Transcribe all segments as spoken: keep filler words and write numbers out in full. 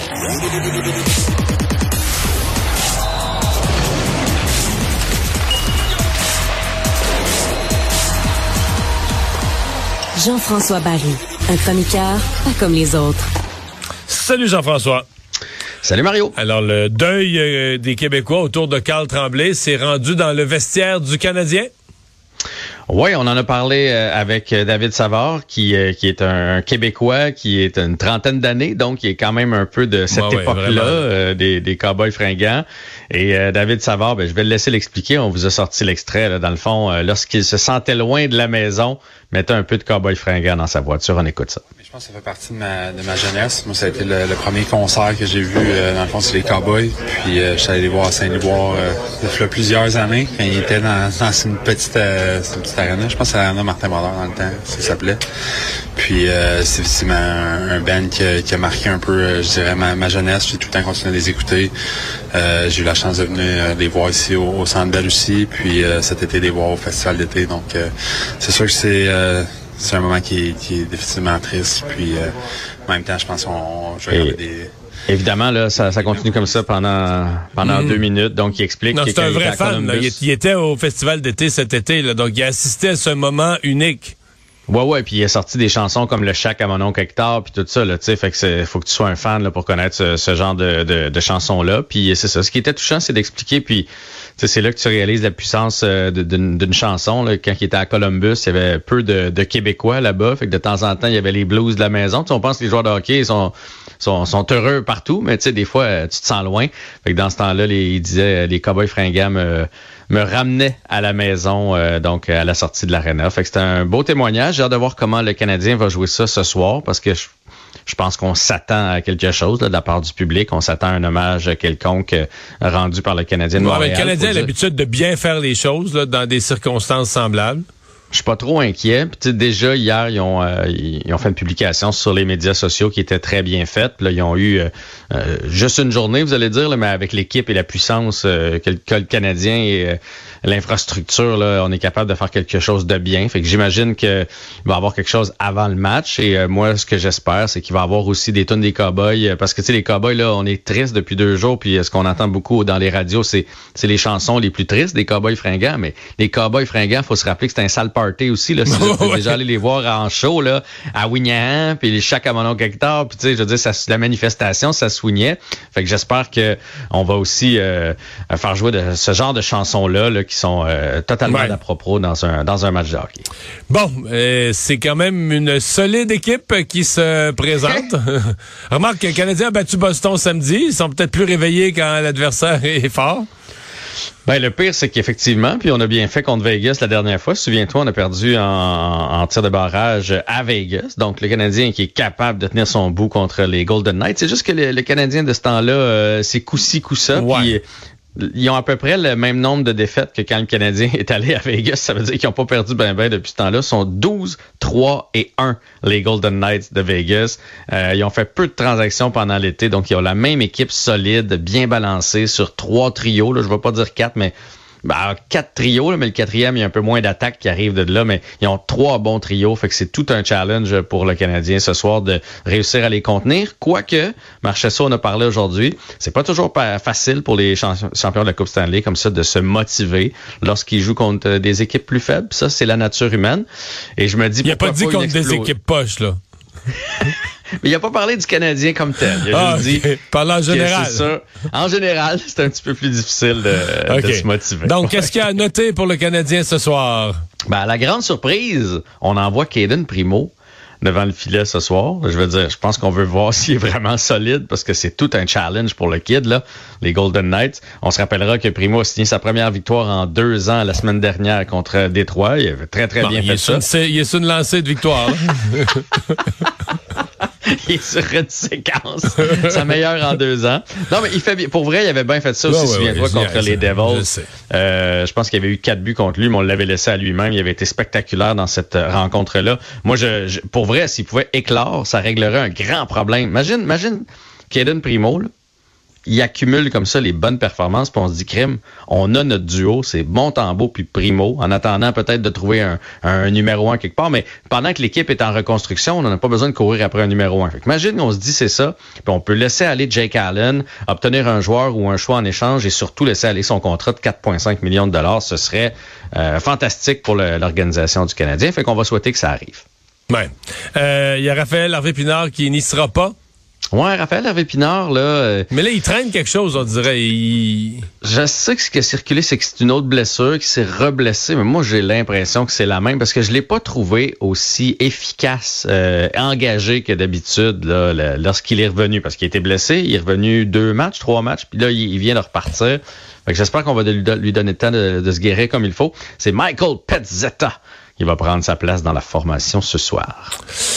Jean-François Barry, un chroniqueur pas comme les autres. Salut Jean-François. Salut Mario. Alors, le deuil euh, des Québécois autour de Carl Tremblay s'est rendu dans le vestiaire du Canadien? Oui, on en a parlé euh, avec David Savard, qui, euh, qui est un, un Québécois, qui est une trentaine d'années, donc il est quand même un peu de cette ouais, époque-là, ouais, euh, des, des Cowboys fringants. Et euh, David Savard, ben, je vais le laisser l'expliquer. On vous a sorti l'extrait. Là, dans le fond, euh, lorsqu'il se sentait loin de la maison, mettait un peu de Cowboys fringants dans sa voiture. On écoute ça. Je pense que ça fait partie de ma, de ma jeunesse. Moi, ça a été le, le premier concert que j'ai vu, euh, dans le fond, c'est les Cowboys. Puis, euh, je suis allé les voir à Saint-Liboire euh, il y a plusieurs années, quand ils étaient dans, dans une petite euh, une petite arena. Je pense que c'est l'arena Martin Brodeur dans le temps, ça s'appelait. Puis, euh, c'est effectivement un, un band qui a, qui a marqué un peu, euh, je dirais, ma, ma jeunesse. J'ai tout le temps continué à les écouter. Euh, j'ai eu la chance de venir euh, les voir ici au, au Centre Bell aussi. Puis, euh, cet été, les voir au Festival d'été. Donc, euh, c'est sûr que c'est... Euh, C'est un moment qui est, qui est définitivement triste. Puis, euh, en même temps, je pense qu'on je vais regarder des... Évidemment, là, ça, ça continue comme ça pendant pendant mmh. deux minutes. Donc, il explique... Non, c'est un vrai fan. Là. Il, il était au Festival d'été cet été. Là, donc, il a assisté à ce moment unique. Ouais, ouais, puis il a sorti des chansons comme Le Shack à mon oncle Hector, puis tout ça, là, tu sais, fait que c'est, faut que tu sois un fan, là, pour connaître ce, ce genre de, de, de chansons-là. Puis c'est ça. Ce qui était touchant, c'est d'expliquer, puis, tu sais, c'est là que tu réalises la puissance euh, d'une, d'une chanson, là. Quand il était à Columbus, il y avait peu de, de Québécois là-bas, fait que de temps en temps, il y avait les blues de la maison. Tu sais, on pense que les joueurs de hockey sont, sont, sont heureux partout, mais tu sais, des fois, tu te sens loin. Fait que dans ce temps-là, les, il disait, les Cowboys fringants me, me ramenait à la maison, euh, donc à la sortie de l'aréna. Fait que c'était un beau témoignage. J'ai hâte de voir comment le Canadien va jouer ça ce soir, parce que je, je pense qu'on s'attend à quelque chose là, de la part du public. On s'attend à un hommage quelconque euh, rendu par le Canadien de ouais, Montréal. Le Canadien a l'habitude de bien faire les choses là, dans des circonstances semblables. Je suis pas trop inquiet. Puis, tu sais, déjà, hier, ils ont, euh, ils ont fait une publication sur les médias sociaux qui était très bien faite. Puis là, ils ont eu euh, euh, juste une journée, vous allez dire, là, mais avec l'équipe et la puissance euh, que, que le Canadien et euh, l'infrastructure, là, on est capable de faire quelque chose de bien. Fait que j'imagine qu'il va y avoir quelque chose avant le match. Et euh, moi, ce que j'espère, c'est qu'il va y avoir aussi des tunes des Cowboys. Parce que, tu sais, les Cowboys, là, on est tristes depuis deux jours. Puis ce qu'on entend beaucoup dans les radios, c'est, c'est les chansons les plus tristes des Cowboys fringants. Mais les Cowboys fringants, faut se rappeler que c'est un sale party aussi, là, si vous êtes déjà allé les voir en show, là, à Wignahan, puis les Shack à mon oncle Hector, puis tu sais, je veux dire, ça, la manifestation, ça soignait. Fait que j'espère que on va aussi euh, faire jouer de ce genre de chansons-là, là, qui sont euh, totalement ouais. à propos dans un dans un match de hockey. Bon, euh, c'est quand même une solide équipe qui se présente. Remarque que le Canadien a battu Boston samedi. Ils sont peut-être plus réveillés quand l'adversaire est fort. Ben, le pire, c'est qu'effectivement, puis on a bien fait contre Vegas la dernière fois. Souviens-toi, on a perdu en, en tir de barrage à Vegas. Donc, le Canadien qui est capable de tenir son bout contre les Golden Knights. C'est juste que le, le Canadien de ce temps-là, euh, c'est coup-ci, coup-ça. Ouais. Puis, ils ont à peu près le même nombre de défaites que quand le Canadien est allé à Vegas. Ça veut dire qu'ils n'ont pas perdu ben ben depuis ce temps-là. Ils sont douze, trois et un, les Golden Knights de Vegas. Euh, ils ont fait peu de transactions pendant l'été, donc ils ont la même équipe solide, bien balancée sur trois trios. Là, je ne vais pas dire quatre, mais ben, quatre trios, là, mais le quatrième, il y a un peu moins d'attaques qui arrivent de là, mais ils ont trois bons trios, fait que c'est tout un challenge pour le Canadien ce soir de réussir à les contenir. Quoique, Marchessault en a parlé aujourd'hui, c'est pas toujours pas facile pour les champions de la Coupe Stanley comme ça de se motiver lorsqu'ils jouent contre des équipes plus faibles. Ça, c'est la nature humaine. Et je me dis, il a pas dit pas contre des équipes poches, là. Mais il n'a pas parlé du Canadien comme tel. Il a ah, juste okay. dit. Parle en général. C'est ça. En général, c'est un petit peu plus difficile de, okay. de se motiver. Donc, qu'est-ce qu'il y a à noter pour le Canadien ce soir? Ben, à la grande surprise, on envoie Caden Primo devant le filet ce soir. Je veux dire, je pense qu'on veut voir s'il est vraiment solide parce que c'est tout un challenge pour le kid, là, les Golden Knights. On se rappellera que Primo a signé sa première victoire en deux ans la semaine dernière contre Détroit. Il avait très, très bon, bien fait ça. Une, il est sur une lancée de victoire. Il est sur une séquence. Sa meilleure en deux ans. Non, mais il fait bien. Pour vrai, il avait bien fait ça aussi, ouais, souviens-toi, ouais, contre les Devils. Je, euh, je pense qu'il y avait eu quatre buts contre lui, mais on l'avait laissé à lui-même. Il avait été spectaculaire dans cette rencontre-là. Moi, je, je pour vrai, s'il pouvait éclore, ça réglerait un grand problème. Imagine, imagine Caden Primo, là. il accumule comme ça les bonnes performances, puis on se dit, crime, on a notre duo, c'est Montembeault puis Primo, en attendant peut-être de trouver un, un numéro un quelque part, mais pendant que l'équipe est en reconstruction, on n'en a pas besoin de courir après un numéro un. Fait qu'imagine qu'on se dit, c'est ça, puis on peut laisser aller Jake Allen, obtenir un joueur ou un choix en échange, et surtout laisser aller son contrat de quatre virgule cinq millions de dollars. Ce serait euh, fantastique pour le, l'organisation du Canadien, fait qu'on va souhaiter que ça arrive. Ouais. Euh, il y a Raphaël Harvey-Pinard qui n'y sera pas. Ouais, Raphaël Harvey-Pinard, là... Euh, mais là, il traîne quelque chose, on dirait. Il... Je sais que ce qui a circulé, c'est que c'est une autre blessure qui s'est reblessée, mais moi, j'ai l'impression que c'est la même, parce que je l'ai pas trouvé aussi efficace, euh, engagé que d'habitude, là, là, lorsqu'il est revenu, parce qu'il était blessé, il est revenu deux matchs, trois matchs, puis là, il, il vient de repartir. Fait que j'espère qu'on va lui, lui donner le temps de, de se guérir comme il faut. C'est Michael Pezzetta qui va prendre sa place dans la formation ce soir.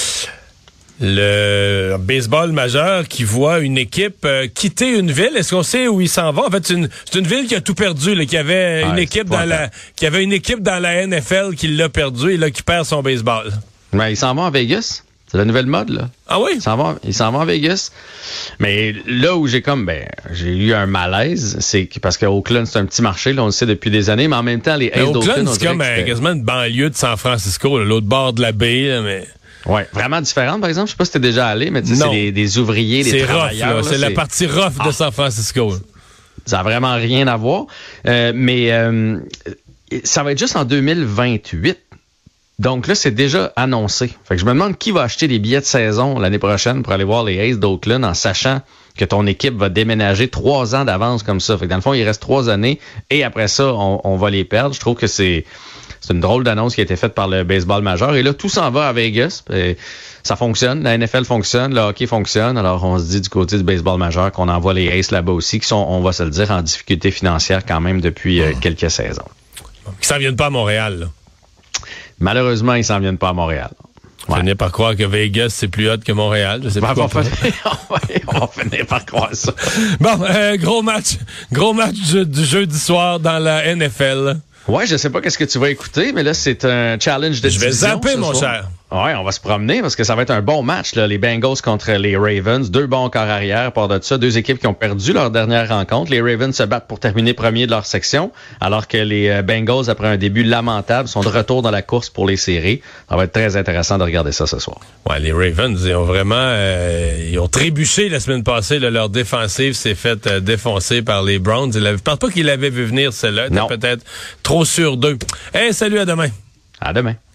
Le baseball majeur qui voit une équipe euh, quitter une ville. Est-ce qu'on sait où il s'en va? En fait, c'est une, c'est une ville qui a tout perdu, là, qui avait une ouais, équipe dans la, qui avait une équipe dans la N F L qui l'a perdu et là, qui perd son baseball. Ouais, il s'en va à Vegas. C'est la nouvelle mode, là. Ah oui? Il s'en va, il s'en va à Vegas. Mais là où j'ai comme, ben, j'ai eu un malaise, c'est que, parce que Oakland, c'est un petit marché, là, on le sait depuis des années, mais en même temps, les Aces d'Oakland, Oakland, c'est comme euh, quasiment une banlieue de San Francisco, là, l'autre bord de la baie, là, mais... Ouais, vraiment différente, par exemple. Je sais pas si t'es déjà allé, mais tu sais, c'est des, des ouvriers, des c'est travailleurs. Rough, là, là, c'est, c'est la partie rough ah. de San Francisco. Ça a vraiment rien à voir. Euh, mais euh, ça va être juste en deux mille vingt-huit. Donc là, c'est déjà annoncé. Fait que je me demande qui va acheter des billets de saison l'année prochaine pour aller voir les Aces d'Oakland en sachant que ton équipe va déménager trois ans d'avance comme ça. Fait que dans le fond, il reste trois années et après ça, on, on va les perdre. Je trouve que c'est... C'est une drôle d'annonce qui a été faite par le baseball majeur. Et là, tout s'en va à Vegas. Et ça fonctionne. La N F L fonctionne. Le hockey fonctionne. Alors, on se dit du côté du baseball majeur qu'on envoie les Aces là-bas aussi, qui sont, on va se le dire, en difficulté financière quand même depuis euh, quelques saisons. Ils s'en viennent pas à Montréal, là. Malheureusement, ils s'en viennent pas à Montréal. On ouais. finit par croire que Vegas, c'est plus hot que Montréal. Je sais pas. Ben, on, va finir, on va finir par croire ça. Bon, euh, gros match. Gros match du, du jeudi soir dans la N F L. Ouais, je sais pas qu'est-ce que tu vas écouter, mais là, c'est un challenge de Je vais division, zapper, mon soir. cher. Ouais, on va se promener parce que ça va être un bon match, là. Les Bengals contre les Ravens. Deux bons corps arrière. Par de ça, deux équipes qui ont perdu leur dernière rencontre. Les Ravens se battent pour terminer premier de leur section, alors que les Bengals, après un début lamentable, sont de retour dans la course pour les séries. Ça va être très intéressant de regarder ça ce soir. Ouais, les Ravens, ils ont vraiment, euh, ils ont trébuché la semaine passée. Là, leur défensive s'est faite euh, défoncer par les Browns. Je ne pense pas qu'ils l'avaient vu venir, celle-là. Non. Peut-être trop sûr d'eux. Hey, salut, à demain. À demain.